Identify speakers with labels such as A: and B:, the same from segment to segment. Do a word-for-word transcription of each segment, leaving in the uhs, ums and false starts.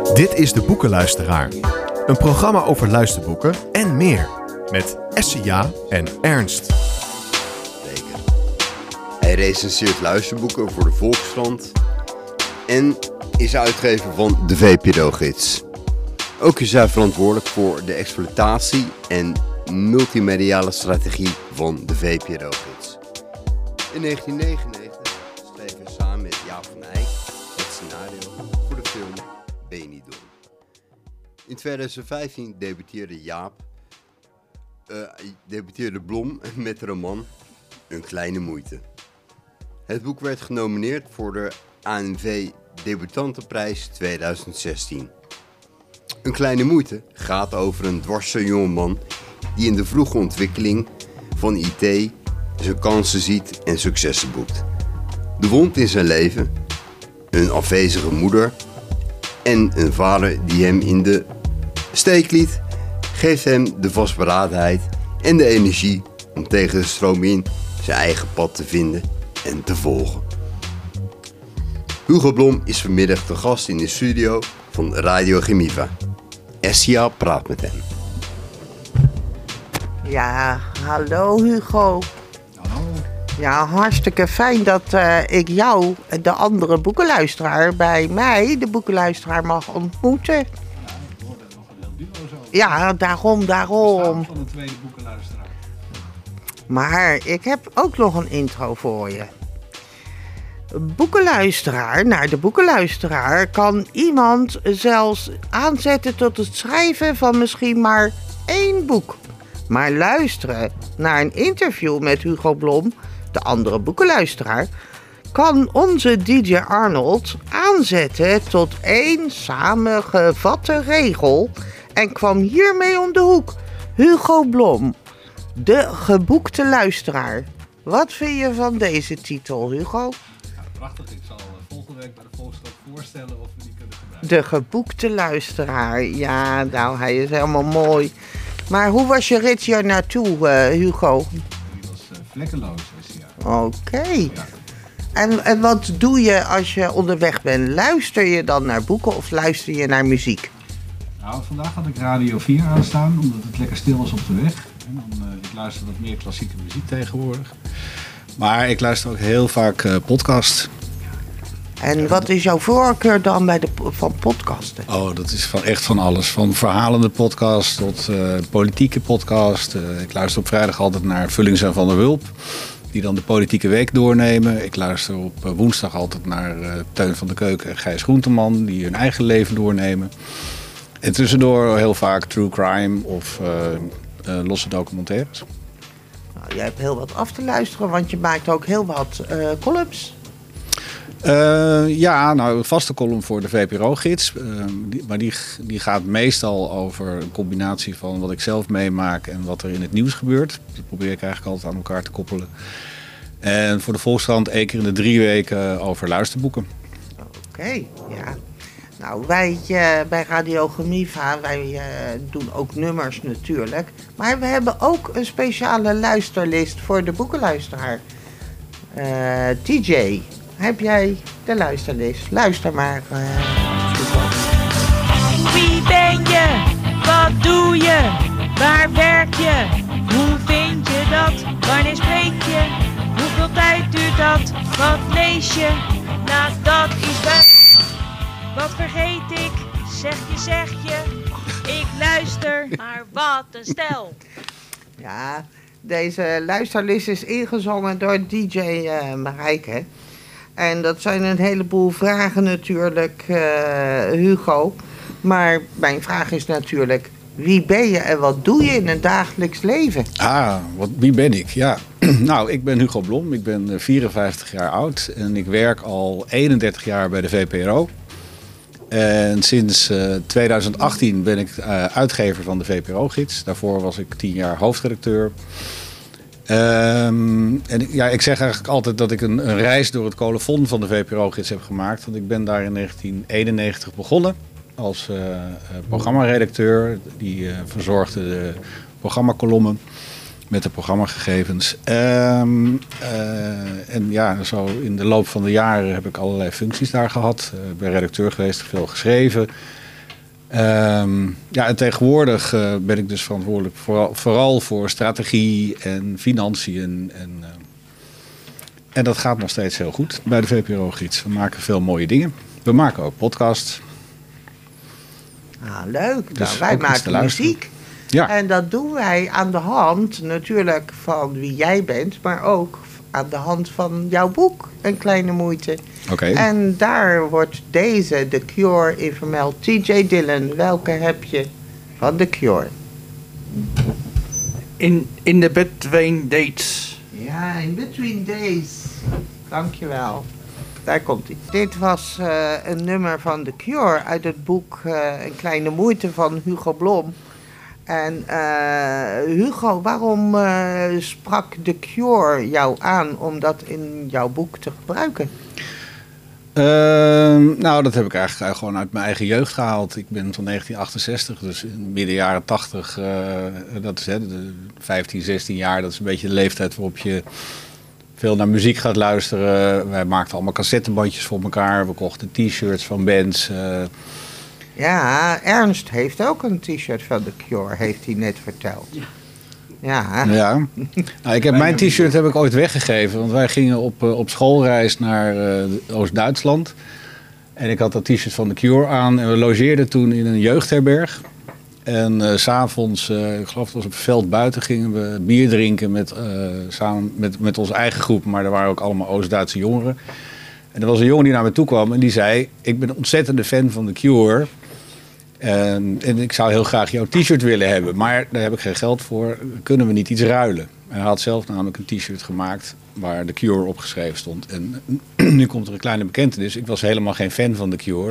A: Dit is De Boekenluisteraar. Een programma over luisterboeken en meer. Met Essia en Ernst.
B: Hij recenseert luisterboeken voor de Volkskrant en is uitgever van de V P R O-gids. Ook is hij verantwoordelijk voor de exploitatie en multimediale strategie van de V P R O-gids. In negentien negenennegentig schreef hij samen met Jaap van Eyck het scenario voor de film Benidorm. In tweeduizend vijftien debuteerde Jaap, uh, debuteerde Blom met de roman Een Kleine Moeite. Het boek werd genomineerd voor de A N V Debutantenprijs tweeduizend zestien. Een Kleine Moeite gaat over een dwarse jongeman die in de vroege ontwikkeling van I T zijn kansen ziet en successen boekt. De wond in zijn leven, een afwezige moeder en een vader die hem in de steek liet, geeft hem de vastberadenheid en de energie om tegen de stroom in zijn eigen pad te vinden en te volgen. Hugo Blom is vanmiddag te gast in de studio van Radio Gemiva. Essia praat met hem.
C: Ja, hallo Hugo.
D: Hallo.
C: Ja, hartstikke fijn dat uh, ik jou, de andere boekenluisteraar, bij mij, de boekenluisteraar, mag ontmoeten.
D: Ja, het wordt nog een heel duo zo.
C: Ja, daarom, daarom.
D: Van een tweede boekenluisteraar.
C: Maar ik heb ook nog een intro voor je. Boekenluisteraar, naar de boekenluisteraar kan iemand zelfs aanzetten tot het schrijven van misschien maar één boek. Maar luisteren naar een interview met Hugo Blom, de andere boekenluisteraar, kan onze D J Arnold aanzetten tot één samengevatte regel en kwam hiermee om de hoek. Hugo Blom, de geboekte luisteraar. Wat vind je van deze titel, Hugo?
D: Ja, prachtig. Ik zal volgende week bij de Volkskrant voorstellen of we die kunnen gebruiken.
C: De geboekte luisteraar. Ja, nou, hij is helemaal mooi. Maar hoe was je rit hier naartoe, uh, Hugo?
D: Die was uh, vlekkeloos, is ja.
C: Oké. Okay. Ja. En, en wat doe je als je onderweg bent? Luister je dan naar boeken of luister je naar muziek?
D: Nou, vandaag had ik Radio vier aanstaan, omdat het lekker stil was op de weg. En dan, uh, ik luister wat meer klassieke muziek tegenwoordig. Maar ik luister ook heel vaak uh, podcast.
C: En wat is jouw voorkeur dan bij de, van podcasten?
D: Oh, dat is van, echt van alles. Van verhalende podcast tot uh, politieke podcast. Uh, ik luister op vrijdag altijd naar Vullings en Van der Wulp. Die dan de politieke week doornemen. Ik luister op uh, woensdag altijd naar uh, Teun van de Keuken en Gijs Groenteman. Die hun eigen leven doornemen. En tussendoor heel vaak true crime of uh, uh, losse documentaires.
C: Nou, jij hebt heel wat af te luisteren, want je maakt ook heel wat uh, columns.
D: Uh, ja, nou, een vaste column voor de V P R O-gids. Uh, die, maar die, die gaat meestal over een combinatie van wat ik zelf meemaak en wat er in het nieuws gebeurt. Dat probeer ik eigenlijk altijd aan elkaar te koppelen. En voor de Volkskrant één keer in de drie weken over luisterboeken.
C: Oké, okay, ja. Nou, wij uh, bij Radio Gemiva, wij uh, doen ook nummers natuurlijk. Maar we hebben ook een speciale luisterlist voor de boekenluisteraar. Uh, D J, heb jij de luisterlist? Luister maar. Uh,
E: Wie ben je? Wat doe je? Waar werk je? Hoe vind je dat? Wanneer spreek je? Hoeveel tijd duurt dat? Wat lees je? Nou, dat is bij... Wat vergeet ik? Zeg je, zeg je. Ik luister, maar wat een stel.
C: Ja, deze luisterlist is ingezongen door D J uh, Marijke. En dat zijn een heleboel vragen natuurlijk, uh, Hugo. Maar mijn vraag is natuurlijk, wie ben je en wat doe je in een dagelijks leven?
D: Ah, wat, wie ben ik? Ja, nou, ik ben Hugo Blom. Ik ben vierenvijftig jaar oud en ik werk al eenendertig jaar bij de V P R O. En sinds uh, tweeduizend achttien ben ik uh, uitgever van de V P R O-gids. Daarvoor was ik tien jaar hoofdredacteur. Um, en ja, ik zeg eigenlijk altijd dat ik een, een reis door het colofon van de V P R O-gids heb gemaakt. Want ik ben daar in negentien eenennegentig begonnen als uh, programmaredacteur. Die uh, verzorgde de programmakolommen met de programmagegevens. Um, uh, en ja, zo in de loop van de jaren heb ik allerlei functies daar gehad. Ik uh, ben redacteur geweest, veel geschreven. Um, ja, en tegenwoordig uh, ben ik dus verantwoordelijk vooral, vooral voor strategie en financiën. En, uh, en dat gaat nog steeds heel goed bij de V P R O-gids. We maken veel mooie dingen. We maken ook podcasts.
C: Ah, leuk.
D: Dus
C: nou, wij maken muziek.
D: Ja.
C: En dat doen wij aan de hand natuurlijk van wie jij bent, maar ook aan de hand van jouw boek, Een Kleine Moeite.
D: Okay.
C: En daar wordt deze, The Cure, in vermeld. T J Dillon, welke heb je van The Cure?
F: In, in the Between Dates.
C: Ja, In Between Days. Dankjewel. Daar komt hij. Dit was uh, een nummer van The Cure uit het boek uh, Een Kleine Moeite van Hugo Blom. En uh, Hugo, waarom uh, sprak The Cure jou aan om dat in jouw boek te gebruiken?
D: Uh, nou, dat heb ik eigenlijk gewoon uit mijn eigen jeugd gehaald. Ik ben van negentien achtenzestig, dus in midden jaren tachtig. Uh, dat is hè, de vijftien, zestien jaar. Dat is een beetje de leeftijd waarop je veel naar muziek gaat luisteren. Wij maakten allemaal cassettebandjes voor elkaar. We kochten t-shirts van bands. Uh,
C: Ja, Ernst heeft ook een t-shirt van The Cure, heeft hij net verteld. Ja.
D: Ja. Nou, ik heb mijn t-shirt heb ik ooit weggegeven, want wij gingen op, uh, op schoolreis naar uh, Oost-Duitsland. En ik had dat t-shirt van The Cure aan en we logeerden toen in een jeugdherberg. En uh, 's avonds, uh, ik geloof het was op het veld buiten, gingen we bier drinken met, uh, samen met, met onze eigen groep. Maar er waren ook allemaal Oost-Duitse jongeren. En er was een jongen die naar me toe kwam en die zei, ik ben een ontzettende fan van The Cure. En, en ik zou heel graag jouw t-shirt willen hebben, maar daar heb ik geen geld voor. Kunnen we niet iets ruilen? En hij had zelf namelijk een t-shirt gemaakt waar The Cure op geschreven stond. En nu komt er een kleine bekentenis. Ik was helemaal geen fan van The Cure.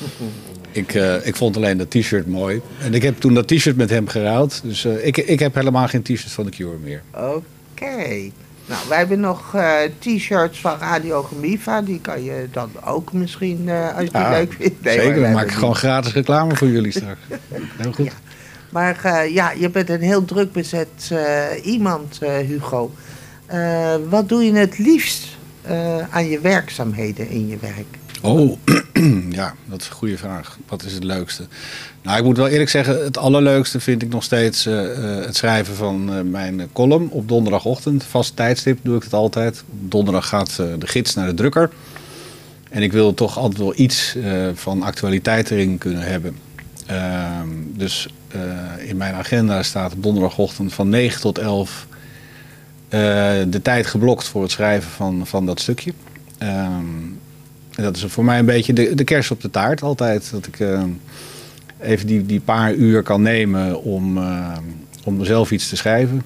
D: Ik, uh, ik vond alleen dat t-shirt mooi. En ik heb toen dat t-shirt met hem geruild. Dus uh, ik, ik heb helemaal geen t-shirt van The Cure meer.
C: Oké. Okay. Nou, wij hebben nog uh, t-shirts van Radio Gemiva. Die kan je dan ook misschien, uh, als je
D: ja,
C: die leuk vindt. Nee,
D: zeker, dan maak ik gewoon gratis reclame voor jullie straks. Heel goed.
C: Ja. Maar uh, ja, je bent een heel druk bezet uh, iemand, uh, Hugo. Uh, wat doe je het liefst uh, aan je werkzaamheden in je werk?
D: Oh, ja, dat is een goede vraag. Wat is het leukste? Nou, ik moet wel eerlijk zeggen, het allerleukste vind ik nog steeds uh, het schrijven van uh, mijn column op donderdagochtend. Vast tijdstip doe ik het altijd. Donderdag gaat uh, de gids naar de drukker. En ik wil toch altijd wel iets uh, van actualiteit erin kunnen hebben. Uh, dus uh, in mijn agenda staat op donderdagochtend van negen tot elf uh, de tijd geblokt voor het schrijven van, van dat stukje. Um, En dat is voor mij een beetje de, de kers op de taart altijd. Dat ik uh, even die, die paar uur kan nemen om, uh, om zelf iets te schrijven.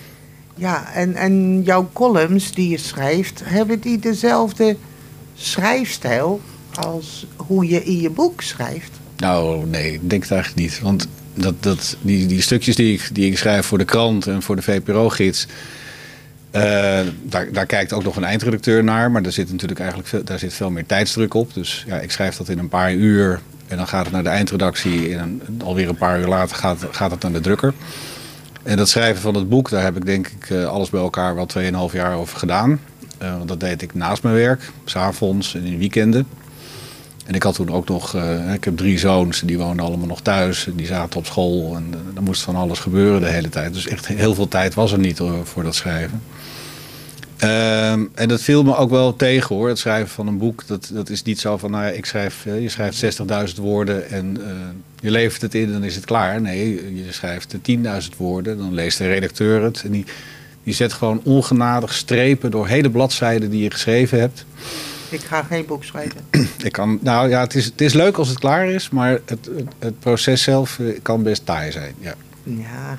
C: Ja, en, en jouw columns die je schrijft, hebben die dezelfde schrijfstijl als hoe je in je boek schrijft?
D: Nou, nee, ik denk het eigenlijk niet. Want dat, dat, die, die stukjes die ik, die ik schrijf voor de krant en voor de V P R O-gids... Uh, daar, daar kijkt ook nog een eindredacteur naar, maar daar zit natuurlijk eigenlijk veel, daar zit veel meer tijdsdruk op. Dus ja, ik schrijf dat in een paar uur en dan gaat het naar de eindredactie en alweer een paar uur later gaat, gaat het naar de drukker. En dat schrijven van het boek, daar heb ik denk ik uh, alles bij elkaar wel tweeënhalf jaar over gedaan. Uh, want dat deed ik naast mijn werk, 's avonds en in weekenden. En ik had toen ook nog, uh, ik heb drie zoons, die woonden allemaal nog thuis. Die zaten op school en uh, er moest van alles gebeuren de hele tijd. Dus echt heel veel tijd was er niet uh, voor dat schrijven. Um, en dat viel me ook wel tegen hoor, het schrijven van een boek. Dat, dat is niet zo van, nou ja, ik schrijf, je schrijft zestigduizend woorden en uh, je levert het in en dan is het klaar. Nee, je schrijft tienduizend woorden, dan leest de redacteur het. En die, die zet gewoon ongenadig strepen door hele bladzijden die je geschreven hebt.
C: Ik ga geen boek schrijven.
D: Ik kan, nou ja, het is, het is leuk als het klaar is, maar het, het, het proces zelf kan best taai zijn. Ja.
C: Ja.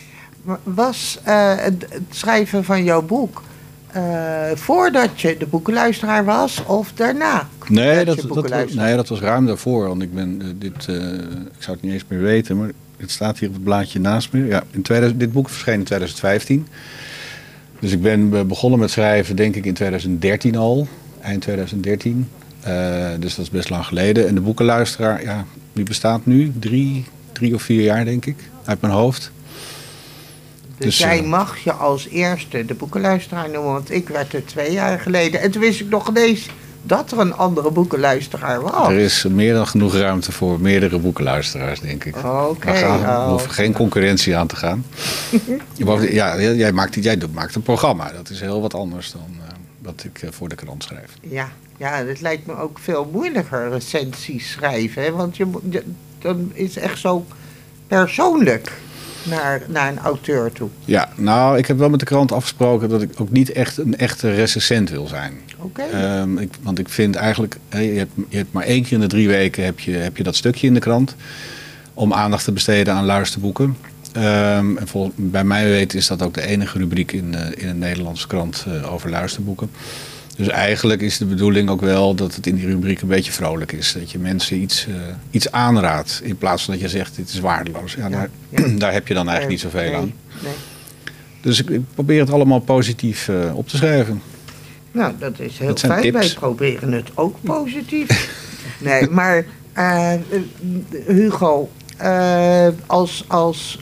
C: Was uh, het, het schrijven van jouw boek uh, voordat je de boekenluisteraar was of daarna?
D: Nee, dat, dat, nee dat was ruim daarvoor. Want ik ben uh, dit, uh, ik zou het niet eens meer weten, maar het staat hier op het blaadje naast me. Ja, in tweeduizend, dit boek verscheen in twintig vijftien. Dus ik ben begonnen met schrijven, denk ik, in twintig dertien al. Eind twintig dertien. Uh, dus dat is best lang geleden. En de boekenluisteraar, ja, die bestaat nu drie, drie of vier jaar, denk ik, uit mijn hoofd.
C: Dus, dus jij
D: uh,
C: mag je als eerste de boekenluisteraar noemen, want ik werd er twee jaar geleden. En toen wist ik nog ineens dat er een andere boekenluisteraar was.
D: Er is meer dan genoeg ruimte voor meerdere boekenluisteraars, denk ik.
C: Oké.
D: Okay, we
C: oh.
D: hoeven geen concurrentie aan te gaan. ja, jij, maakt, jij maakt een programma. Dat is heel wat anders dan uh, wat ik uh, voor de krant schrijf.
C: Ja, ja, het lijkt me ook veel moeilijker recensies schrijven. Hè? Want je, je, dan is echt zo persoonlijk naar, naar een auteur toe.
D: Ja, nou, ik heb wel met de krant afgesproken dat ik ook niet echt een echte recensent wil zijn.
C: Oké.
D: Okay. Um, ik, want ik vind eigenlijk, je hebt, je hebt maar één keer in de drie weken heb je, heb je dat stukje in de krant om aandacht te besteden aan luisterboeken. Um, en vol, bij mij weten is dat ook de enige rubriek in, uh, in een Nederlandse krant uh, over luisterboeken. Dus eigenlijk is de bedoeling ook wel dat het in die rubriek een beetje vrolijk is. Dat je mensen iets, uh, iets aanraadt in plaats van dat je zegt dit is waardeloos. Ja, ja, daar, ja. daar heb je dan eigenlijk niet zoveel
C: nee,
D: aan.
C: Nee.
D: Dus ik, ik probeer het allemaal positief uh, op te schrijven.
C: Nou, dat is heel
D: dat zijn
C: fijn.
D: tips.
C: Wij proberen het ook positief. nee, maar uh, Hugo, uh, als, als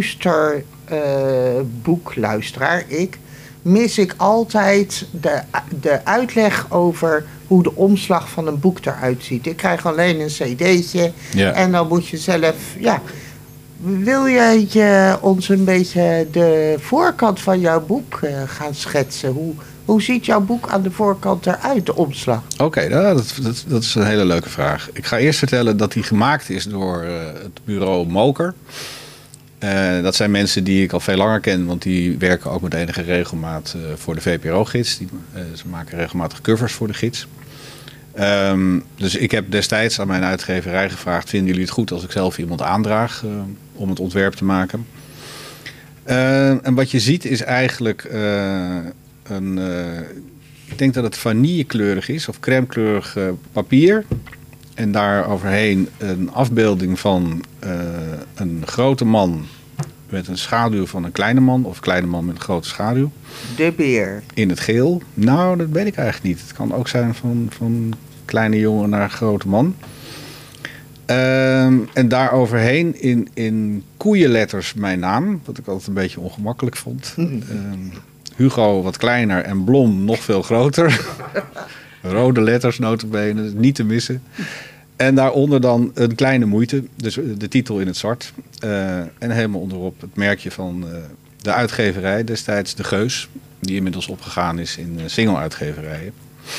C: luisterboekluisteraar, uh, ik... mis ik altijd de, de uitleg over hoe de omslag van een boek eruit ziet. Ik krijg alleen een cd'tje
D: ja.
C: en dan moet je zelf... ja. Wil jij je ons een beetje de voorkant van jouw boek uh, gaan schetsen? Hoe, hoe ziet jouw boek aan de voorkant eruit, de omslag?
D: Oké, okay, nou, dat, dat, dat is een hele leuke vraag. Ik ga eerst vertellen dat die gemaakt is door uh, het bureau Moker. Uh, dat zijn mensen die ik al veel langer ken, want die werken ook met enige regelmaat uh, voor de V P R O-gids. Die, uh, ze maken regelmatig covers voor de gids. Um, dus ik heb destijds aan mijn uitgeverij gevraagd, vinden jullie het goed als ik zelf iemand aandraag uh, om het ontwerp te maken? Uh, en wat je ziet is eigenlijk uh, een, uh, ik denk dat het vanillekleurig is of crèmekleurig uh, papier. En daar overheen een afbeelding van uh, een grote man met een schaduw van een kleine man. Of een kleine man met een grote schaduw.
C: De beer.
D: In het geel. Nou, dat weet ik eigenlijk niet. Het kan ook zijn van, van kleine jongen naar grote man. Um, en daar overheen in, in koeienletters mijn naam. Wat ik altijd een beetje ongemakkelijk vond. Um, Hugo wat kleiner en Blom nog veel groter. Rode letters, nota bene, niet te missen. En daaronder dan een kleine moeite, dus de titel in het zwart. Uh, en helemaal onderop het merkje van uh, de uitgeverij, destijds De Geus. Die inmiddels opgegaan is in uh, single-uitgeverijen.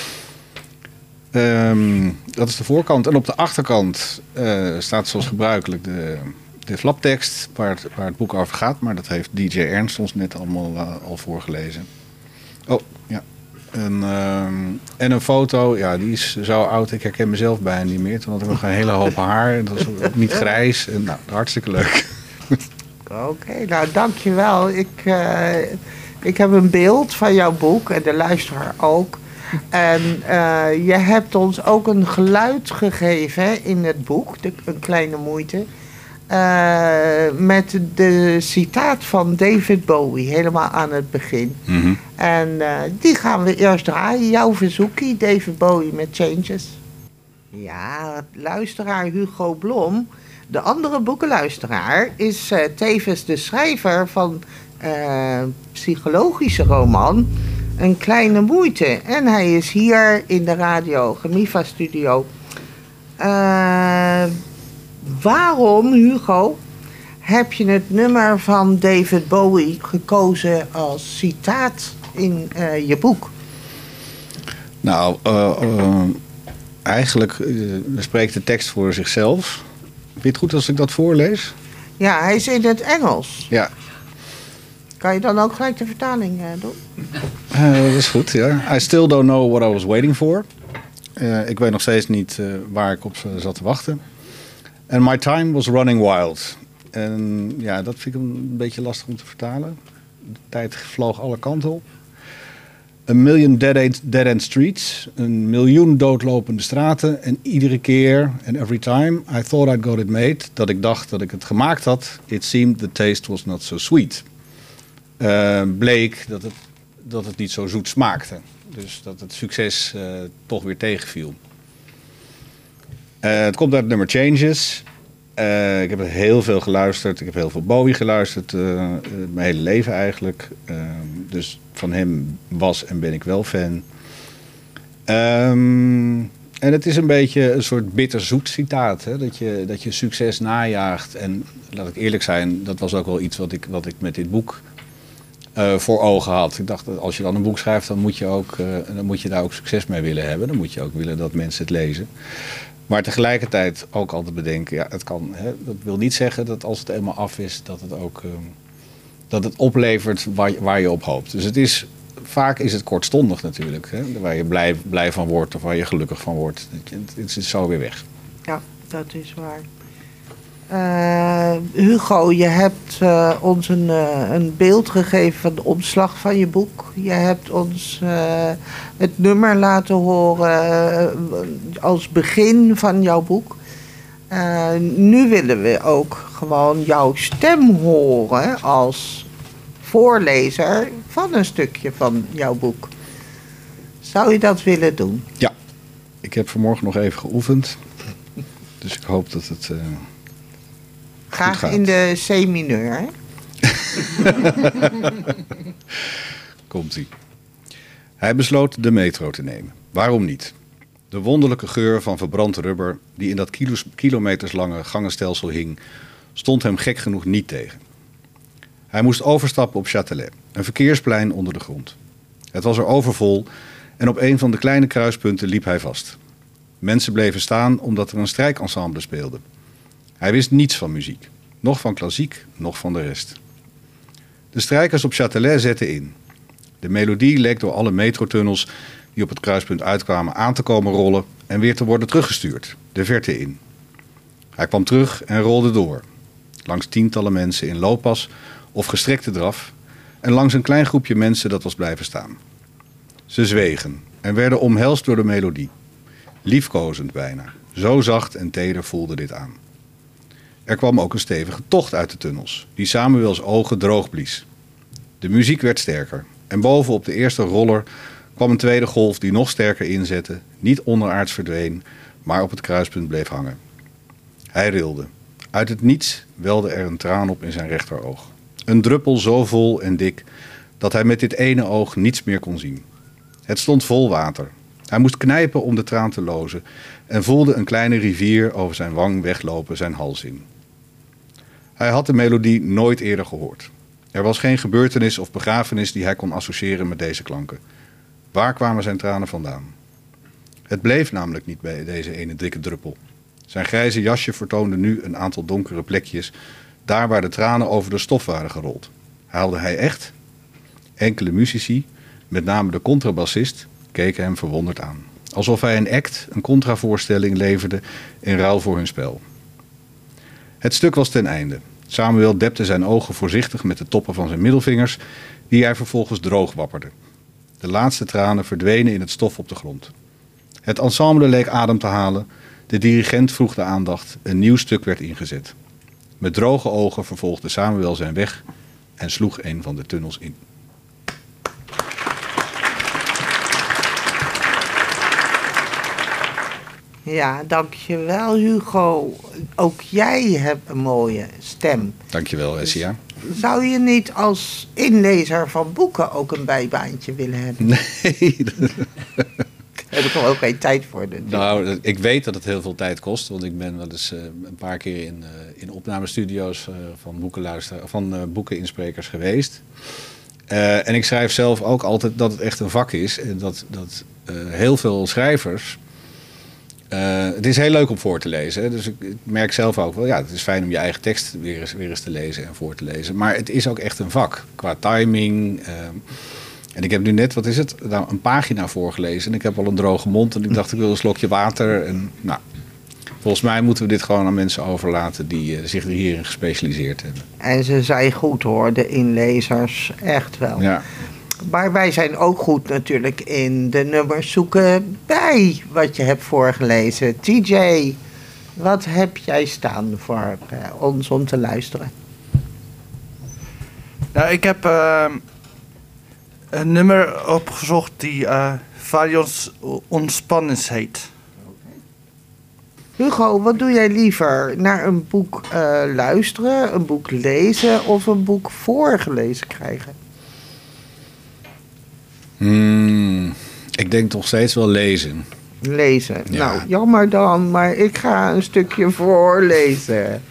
D: Um, dat is de voorkant. En op de achterkant uh, staat zoals gebruikelijk de, de flaptekst waar het, waar het boek over gaat. Maar dat heeft D J Ernst ons net allemaal uh, al voorgelezen. Oh, ja. En, uh, en een foto, ja, die is zo oud, ik herken mezelf bijna niet meer. Toen had ik nog een hele hoop haar en dat was ook niet grijs. En, nou, hartstikke leuk.
C: Oké, okay, nou dankjewel. Ik, uh, ik heb een beeld van jouw boek en de luisteraar ook. En uh, je hebt ons ook een geluid gegeven in het boek, de, een kleine moeite. Uh, met de citaat van David Bowie, helemaal aan het begin.
D: Mm-hmm.
C: En uh, die gaan we eerst draaien. Jouw verzoekie, David Bowie met Changes. Ja, luisteraar Hugo Blom, de andere boekenluisteraar, is uh, tevens de schrijver van uh, psychologische roman Een Kleine Moeite. En hij is hier in de Radio Gemiva studio. Uh, waarom, Hugo, heb je het nummer van David Bowie gekozen als citaat in uh, je boek?
D: Nou, uh, uh, eigenlijk uh, spreekt de tekst voor zichzelf. Vind je het goed als ik dat voorlees?
C: Ja, hij is in het Engels.
D: Ja.
C: Kan je dan ook gelijk de vertaling uh, doen?
D: Uh, dat is goed, ja. I still don't know what I was waiting for. Uh, ik weet nog steeds niet uh, waar ik op zat te wachten. And my time was running wild. En ja, dat vind ik een beetje lastig om te vertalen. De tijd vloog alle kanten op. A million dead-end dead streets. Een miljoen doodlopende straten. En iedere keer, and every time, I thought I'd got it made. Dat ik dacht dat ik het gemaakt had. It seemed the taste was not so sweet. Uh, bleek dat het, dat het niet zo zoet smaakte. Dus dat het succes uh, toch weer tegenviel. Uh, het komt uit het nummer Changes. Uh, ik heb heel veel geluisterd. Ik heb heel veel Bowie geluisterd. Uh, uh, mijn hele leven eigenlijk. Uh, dus van hem was en ben ik wel fan. Um, en het is een beetje een soort bitterzoet citaat. Hè? Dat, je, dat je succes najaagt. En laat ik eerlijk zijn, dat was ook wel iets wat ik, wat ik met dit boek uh, voor ogen had. Ik dacht, dat als je dan een boek schrijft, dan moet, je ook, uh, dan moet je daar ook succes mee willen hebben. Dan moet je ook willen dat mensen het lezen. Maar tegelijkertijd ook altijd bedenken, ja, het kan, hè, dat wil niet zeggen dat als het eenmaal af is, dat het ook uh, dat het oplevert waar, waar je op hoopt. Dus het is, vaak is het kortstondig natuurlijk, hè, waar je blij, blij van wordt of waar je gelukkig van wordt. Het, het is zo weer weg.
C: Ja, dat is waar. Uh, Hugo, je hebt uh, ons een, uh, een beeld gegeven van de omslag van je boek. Je hebt ons uh, het nummer laten horen uh, als begin van jouw boek. Uh, nu willen we ook gewoon jouw stem horen als voorlezer van een stukje van jouw boek. Zou je dat willen doen?
D: Ja, ik heb vanmorgen nog even geoefend. Dus ik hoop dat het... Uh...
C: Graag in de C-mineur, hè?
D: Komt-ie. Hij besloot de metro te nemen. Waarom niet? De wonderlijke geur van verbrand rubber die in dat kilos, kilometerslange gangenstelsel hing, stond hem gek genoeg niet tegen. Hij moest overstappen op Châtelet, een verkeersplein onder de grond. Het was er overvol en op een van de kleine kruispunten liep hij vast. Mensen bleven staan omdat er een strijkensemble speelde. Hij wist niets van muziek, nog van klassiek, nog van de rest. De strijkers op Châtelet zetten in. De melodie leek door alle metrotunnels die op het kruispunt uitkwamen aan te komen rollen en weer te worden teruggestuurd, de verte in. Hij kwam terug en rolde door, langs tientallen mensen in looppas of gestrekte draf en langs een klein groepje mensen dat was blijven staan. Ze zwegen en werden omhelst door de melodie, liefkozend bijna, zo zacht en teder voelde dit aan. Er kwam ook een stevige tocht uit de tunnels, die Samuels ogen droog blies. De muziek werd sterker en bovenop de eerste roller kwam een tweede golf die nog sterker inzette, niet onderaards verdween, maar op het kruispunt bleef hangen. Hij rilde. Uit het niets welde er een traan op in zijn rechteroog. Een druppel zo vol en dik dat hij met dit ene oog niets meer kon zien. Het stond vol water. Hij moest knijpen om de traan te lozen en voelde een kleine rivier over zijn wang weglopen zijn hals in. Hij had de melodie nooit eerder gehoord. Er was geen gebeurtenis of begrafenis die hij kon associëren met deze klanken. Waar kwamen zijn tranen vandaan? Het bleef namelijk niet bij deze ene dikke druppel. Zijn grijze jasje vertoonde nu een aantal donkere plekjes, daar waar de tranen over de stof waren gerold. Haalde hij echt? Enkele muzici, met name de contrabassist, keken hem verwonderd aan. Alsof hij een act, een contravoorstelling leverde in ruil voor hun spel. Het stuk was ten einde. Samuel depte zijn ogen voorzichtig met de toppen van zijn middelvingers, die hij vervolgens droog wapperde. De laatste tranen verdwenen in het stof op de grond. Het ensemble leek adem te halen. De dirigent vroeg de aandacht. Een nieuw stuk werd ingezet. Met droge ogen vervolgde Samuel zijn weg en sloeg een van de tunnels in.
C: Ja, dankjewel Hugo. Ook jij hebt een mooie stem.
D: Dankjewel, Essia.
C: Dus zou je niet als inlezer van boeken ook een bijbaantje willen hebben?
D: Nee.
C: Daar heb ik gewoon geen tijd voor. Natuurlijk.
D: Nou, ik weet dat het heel veel tijd kost. Want ik ben wel eens uh, een paar keer in, uh, in opnamestudio's uh, van, boekenluister, van uh, boekeninssprekers geweest. Uh, en ik schrijf zelf ook altijd dat het echt een vak is. En dat, dat uh, heel veel schrijvers... Uh, het is heel leuk om voor te lezen. Hè? Dus ik, ik merk zelf ook wel, ja, het is fijn om je eigen tekst weer eens, weer eens te lezen en voor te lezen. Maar het is ook echt een vak, qua timing. Uh, en ik heb nu net, wat is het, nou, een pagina voorgelezen. En ik heb al een droge mond en ik dacht, ik wil een slokje water. En, nou, volgens mij moeten we dit gewoon aan mensen overlaten die uh, zich hierin gespecialiseerd hebben.
C: En ze zijn goed hoor, de inlezers, echt wel.
D: Ja.
C: Maar wij zijn ook goed natuurlijk in de nummers zoeken bij wat je hebt voorgelezen. T J, wat heb jij staan voor uh, ons om te luisteren?
F: Nou, ik heb uh, een nummer opgezocht die uh, Varios Ontspannens heet.
C: Hugo, wat doe jij liever? Naar een boek uh, luisteren, een boek lezen of een boek voorgelezen krijgen?
D: Hmm, Ik denk nog steeds wel lezen.
C: Lezen.
D: Ja.
C: Nou, jammer dan, maar ik ga een stukje voorlezen.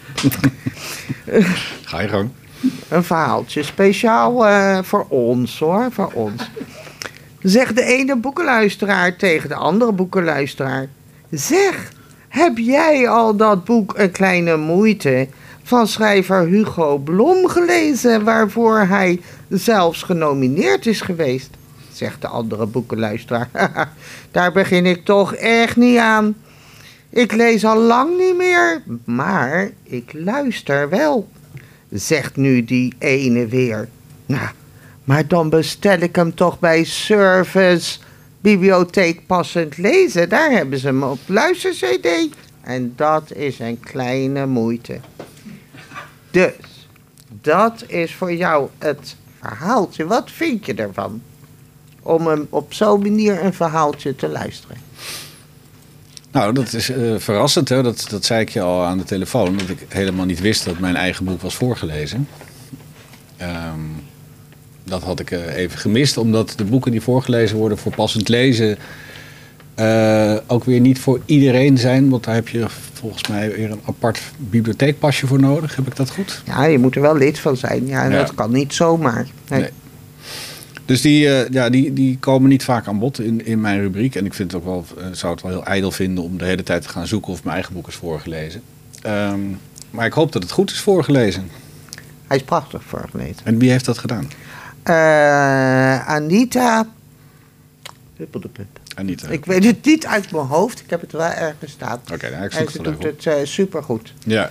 D: Ga je gang.
C: Een verhaaltje, speciaal uh, voor ons hoor, voor ons. Zegt de ene boekenluisteraar tegen de andere boekenluisteraar. Zeg, heb jij al dat boek Een Kleine Moeite van schrijver Hugo Blom gelezen, waarvoor hij zelfs genomineerd is geweest? Zegt de andere boekenluisteraar. Daar begin ik toch echt niet aan. Ik lees al lang niet meer, maar ik luister wel. Zegt nu die ene weer. Nou, maar dan bestel ik hem toch bij Service Bibliotheek Passend Lezen. Daar hebben ze hem op luister-cd. En dat is een kleine moeite. Dus, dat is voor jou het verhaaltje. Wat vind je ervan? Om hem op zo'n manier een verhaaltje te luisteren.
D: Nou, dat is uh, verrassend. Hè? Dat, dat zei ik je al aan de telefoon. Dat ik helemaal niet wist dat mijn eigen boek was voorgelezen. Um, dat had ik uh, even gemist. Omdat de boeken die voorgelezen worden voor passend lezen... Uh, ook weer niet voor iedereen zijn. Want daar heb je volgens mij weer een apart bibliotheekpasje voor nodig. Heb ik dat goed?
C: Ja, je moet er wel lid van zijn. Ja, ja. Dat kan niet zomaar. Nee.
D: Nee. Dus die, uh, ja, die, die komen niet vaak aan bod in, in mijn rubriek. En ik vind het ook wel, uh, zou het wel heel ijdel vinden om de hele tijd te gaan zoeken of mijn eigen boek is voorgelezen. Um, maar ik hoop dat het goed is voorgelezen.
C: Hij is prachtig voorgelezen.
D: En wie heeft dat gedaan?
C: Uh, Anita.
D: Anita.
C: Ik weet het niet uit mijn hoofd. Ik heb het wel ergens staan.
D: Oké, okay, nou, ik
C: en ze doet het uh, supergoed.
D: Ja.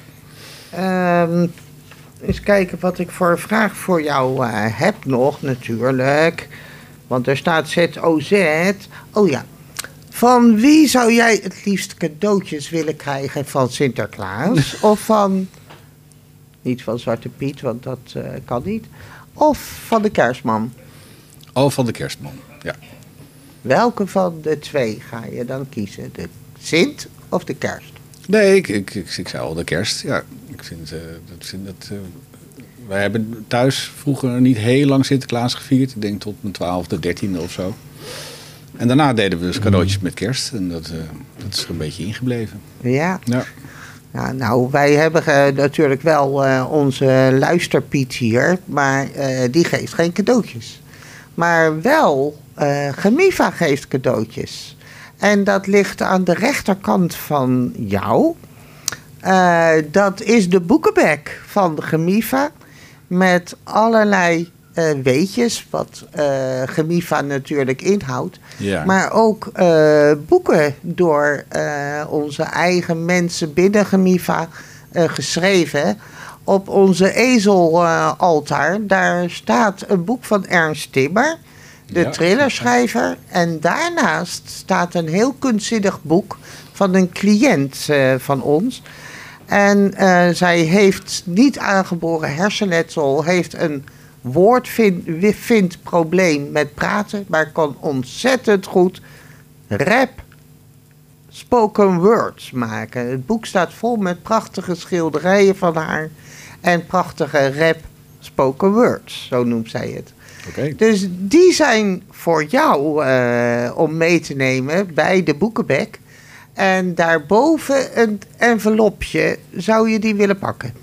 C: Um, eens kijken wat ik voor een vraag voor jou uh, heb nog natuurlijk. Want er staat Z O Z. Oh ja. Van wie zou jij het liefst cadeautjes willen krijgen? Van Sinterklaas? Of van... Niet van Zwarte Piet, want dat uh, kan niet. Of van de Kerstman?
D: Oh, van de Kerstman, ja.
C: Welke van de twee ga je dan kiezen? De Sint of de Kerst?
D: Nee, ik, ik, ik, ik zei al de Kerst. Ja, ik vind, uh, dat, vind dat... Uh, wij hebben thuis vroeger niet heel lang Sinterklaas gevierd. Ik denk tot mijn twaalfde, dertiende of zo. En daarna deden we dus cadeautjes met Kerst. En dat, uh, dat is er een beetje ingebleven.
C: Ja.
D: Ja.
C: Ja, nou, wij hebben uh, natuurlijk wel uh, onze luisterpiet hier. Maar uh, die geeft geen cadeautjes. Maar wel... Uh, Gemiva geeft cadeautjes. En dat ligt aan de rechterkant van jou. Uh, dat is de boekenbek van de Gemiva. Met allerlei uh, weetjes, wat uh, Gemiva natuurlijk inhoudt.
D: Ja.
C: Maar ook uh, boeken door uh, onze eigen mensen binnen Gemiva uh, geschreven. Op onze ezelaltaar, uh, daar staat een boek van Ernst Timmer... De ja. thrillerschrijver. En daarnaast staat een heel kunstzinnig boek van een cliënt uh, van ons. En uh, zij heeft niet aangeboren hersenletsel, heeft een woordvindprobleem met praten, maar kan ontzettend goed rap, spoken words maken. Het boek staat vol met prachtige schilderijen van haar en prachtige rap, spoken words, zo noemt zij het.
D: Okay.
C: Dus die zijn voor jou uh, om mee te nemen bij de boekenbek. En daarboven een envelopje, zou je die willen pakken?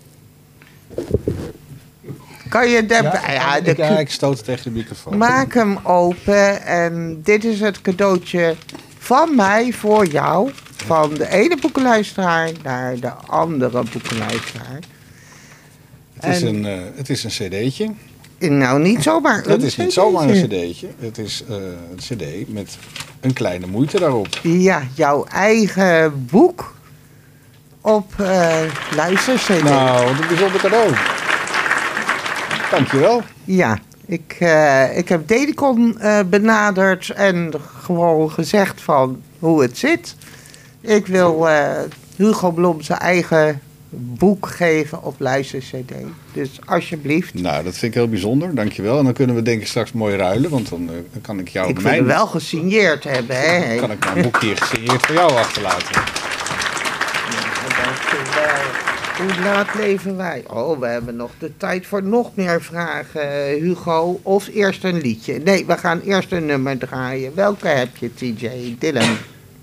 C: Kan je de,
D: ja,
C: ja, de,
D: ja, ik stoot het tegen de microfoon.
C: Maak hem open en dit is het cadeautje van mij voor jou. Van de ene boekenluisteraar naar de andere boekenluisteraar.
D: Het is, en, een, uh, het is een cd'tje.
C: Nou, niet zomaar een
D: Het is niet
C: cd'tje.
D: zomaar een cd'tje. Het is uh, een cd met een kleine moeite daarop.
C: Ja, jouw eigen boek op uh, luister-cd.
D: Nou, wat een bijzonder cadeau. Dankjewel.
C: Ja, ik, uh, ik heb Dedicon uh, benaderd en gewoon gezegd van hoe het zit. Ik wil uh, Hugo Blom zijn eigen boek geven op luister-cd. Dus alsjeblieft.
D: Nou, dat vind ik heel bijzonder. Dankjewel. En dan kunnen we denk ik straks mooi ruilen. Want dan uh, kan ik jou...
C: Ik wil
D: mijn...
C: hem wel gesigneerd hebben, hè?
D: Dan kan ik mijn boek hier gesigneerd voor jou achterlaten.
C: Ja, dankjewel. Hoe laat leven wij? Oh, we hebben nog de tijd voor nog meer vragen, Hugo. Of eerst een liedje. Nee, we gaan eerst een nummer draaien. Welke heb je, T J Dillon?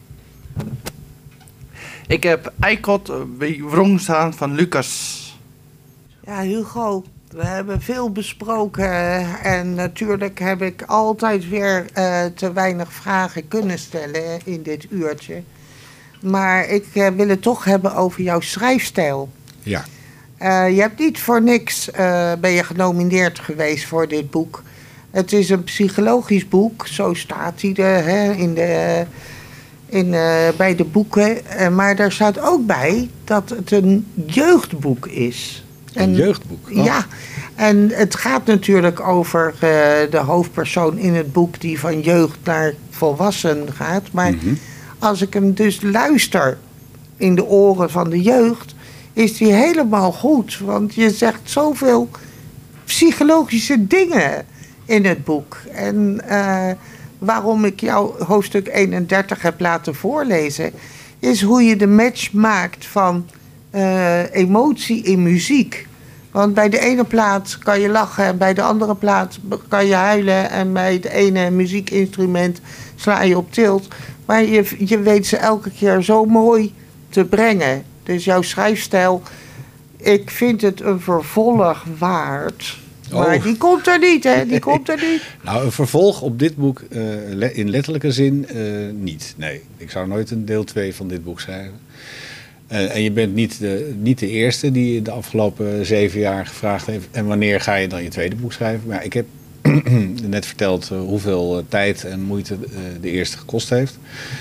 F: Ik heb Eikot wie wrong staan van Lucas.
C: Ja, Hugo, we hebben veel besproken. En natuurlijk heb ik altijd weer uh, te weinig vragen kunnen stellen in dit uurtje. Maar ik uh, wil het toch hebben over jouw schrijfstijl.
D: Ja.
C: Uh, je hebt niet voor niks uh, ben je genomineerd geweest voor dit boek. Het is een psychologisch boek, zo staat hij er, hè, in de, in, uh, bij de boeken. Uh, maar daar staat ook bij dat het een jeugdboek is.
D: Een
C: en,
D: jeugdboek? Oh.
C: Ja, en het gaat natuurlijk over uh, de hoofdpersoon in het boek die van jeugd naar volwassen gaat. Maar mm-hmm. als ik hem dus luister in de oren van de jeugd, is die helemaal goed. Want je zegt zoveel psychologische dingen in het boek. En uh, waarom ik jou hoofdstuk eenendertig heb laten voorlezen, is hoe je de match maakt van uh, emotie in muziek. Want bij de ene plaat kan je lachen en bij de andere plaat kan je huilen. En bij het ene muziekinstrument sla je op tilt. Maar je, je weet ze elke keer zo mooi te brengen. Dus jouw schrijfstijl, ik vind het een vervolg waard. Maar oh. die komt er niet, hè? Die komt er niet.
D: Nou, een vervolg op dit boek uh, in letterlijke zin uh, niet. Nee, ik zou nooit een deel twee van dit boek schrijven. Uh, en je bent niet de, niet de eerste die de afgelopen zeven jaar gevraagd heeft. En wanneer ga je dan je tweede boek schrijven? Maar ik heb net verteld uh, hoeveel uh, tijd en moeite uh, de eerste gekost heeft.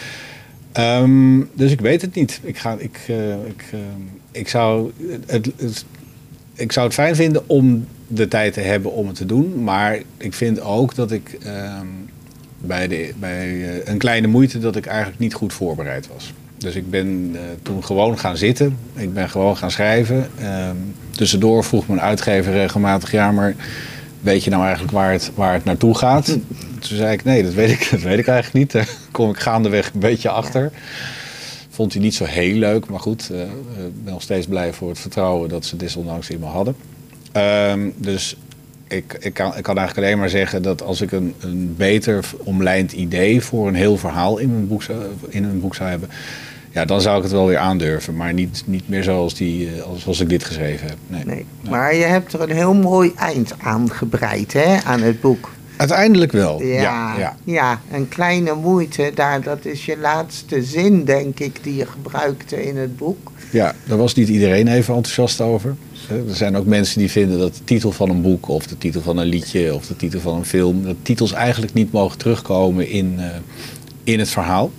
D: Um, dus ik weet het niet. Ik, ga, ik, uh, ik, uh, ik, zou het, het, ik zou het fijn vinden om de tijd te hebben om het te doen. Maar ik vind ook dat ik um, bij, de, bij uh, een kleine moeite dat ik eigenlijk niet goed voorbereid was. Dus ik ben uh, toen gewoon gaan zitten. Ik ben gewoon gaan schrijven. Um, tussendoor vroeg mijn uitgever regelmatig, ja, maar weet je nou eigenlijk waar het, waar het naartoe gaat? Toen zei ik, nee, dat weet ik, dat weet ik eigenlijk niet. Daar kom ik gaandeweg een beetje achter. Vond hij niet zo heel leuk, maar goed. Ik uh, ben nog steeds blij voor het vertrouwen dat ze desondanks in me hadden. Um, dus ik, ik, kan, ik kan eigenlijk alleen maar zeggen dat als ik een, een beter omlijnd idee voor een heel verhaal in mijn boek zou, in een boek zou hebben, ja, dan zou ik het wel weer aandurven. Maar niet, niet meer zoals, die, als, zoals ik dit geschreven heb. Nee.
C: Nee, maar je hebt er een heel mooi eind aan gebreid, hè, aan het boek.
D: Uiteindelijk wel,
C: ja.
D: Ja, ja.
C: ja, een kleine moeite, daar, dat is je laatste zin, denk ik, die je gebruikte in het boek.
D: Ja, daar was niet iedereen even enthousiast over. Er zijn ook mensen die vinden dat de titel van een boek of de titel van een liedje of de titel van een film, dat titels eigenlijk niet mogen terugkomen in, uh, in het verhaal.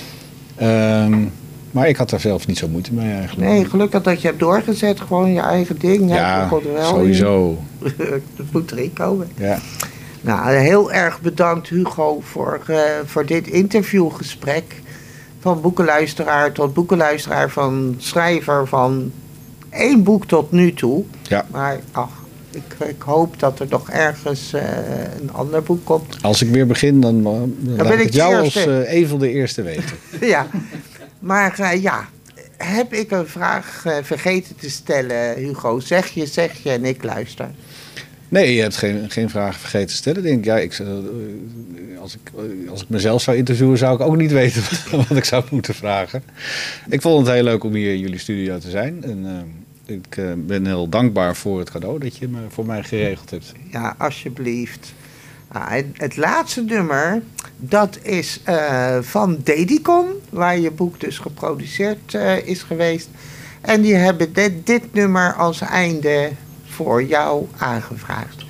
D: Um, maar ik had daar zelf niet zo moeite mee eigenlijk.
C: Nee, gelukkig dat je hebt doorgezet, gewoon je eigen ding.
D: Ja,
C: ja wel
D: sowieso.
C: Het moet erin komen.
D: Ja.
C: Nou, heel erg bedankt Hugo voor, uh, voor dit interviewgesprek. Van boekenluisteraar tot boekenluisteraar, van schrijver van één boek tot nu toe.
D: Ja.
C: Maar ach, ik, ik hoop dat er nog ergens uh, een ander boek komt.
D: Als ik weer begin, dan, dan, dan laat ben ik jou als uh, een van de eerste weten.
C: Ja, maar uh, ja, heb ik een vraag uh, vergeten te stellen, Hugo? Zeg je, zeg je en ik luister.
D: Nee, je hebt geen, geen vragen vergeten te stellen. Denk ik, ja, ik, als, ik, als ik mezelf zou interviewen, zou ik ook niet weten wat ik zou moeten vragen. Ik vond het heel leuk om hier in jullie studio te zijn. En uh, ik uh, ben heel dankbaar voor het cadeau dat je me, voor mij geregeld hebt.
C: Ja, alsjeblieft. Ah, het, het laatste nummer, dat is uh, van Dedicon, waar je boek dus geproduceerd uh, is geweest. En die hebben dit, dit nummer als einde voor jou aangevraagd.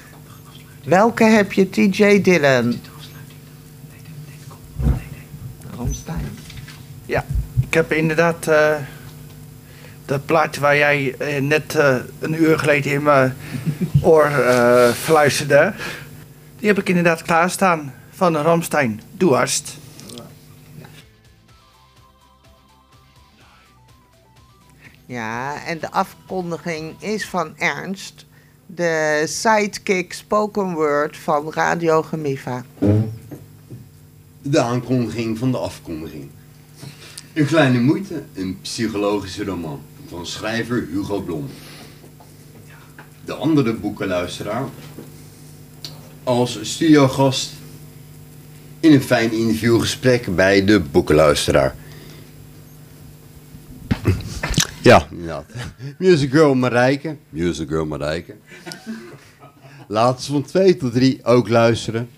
C: Welke heb je, T J Dillon? Rammstein.
F: Ja, ik heb inderdaad uh, dat plaatje waar jij uh, net uh, een uur geleden in mijn oor uh, fluisterde. Die heb ik inderdaad klaarstaan van Rammstein. Du hast.
C: Ja, en de afkondiging is van Ernst, de sidekick spoken word van Radio Gemiva.
B: De aankondiging van de afkondiging. Een kleine moeite, een psychologische roman. van schrijver Hugo Blom. De andere boekenluisteraar als studiogast in een fijn interviewgesprek bij de boekenluisteraar. Ja, inderdaad. Music Girl Marijke. Music Girl Marijke. Laten ze van twee tot drie ook luisteren.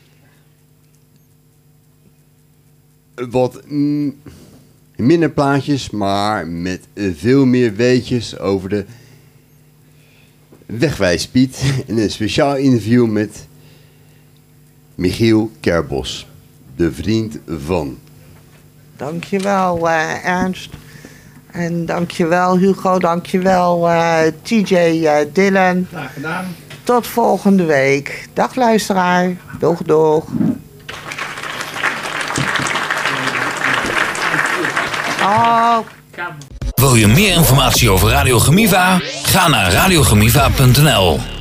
B: Wat mm, minder plaatjes, maar met veel meer weetjes over de Wegwijspiet. En een speciaal interview met Michiel Kerbos, de vriend van.
C: Dankjewel uh, Ernst. En dankjewel Hugo, dankjewel uh, T J uh, Dylan.
F: Graag gedaan.
C: Tot volgende week. Dag luisteraar. Doeg doeg. Oh.
G: Wil je meer informatie over Radio Gemiva? Ga naar radio gemiva punt n l.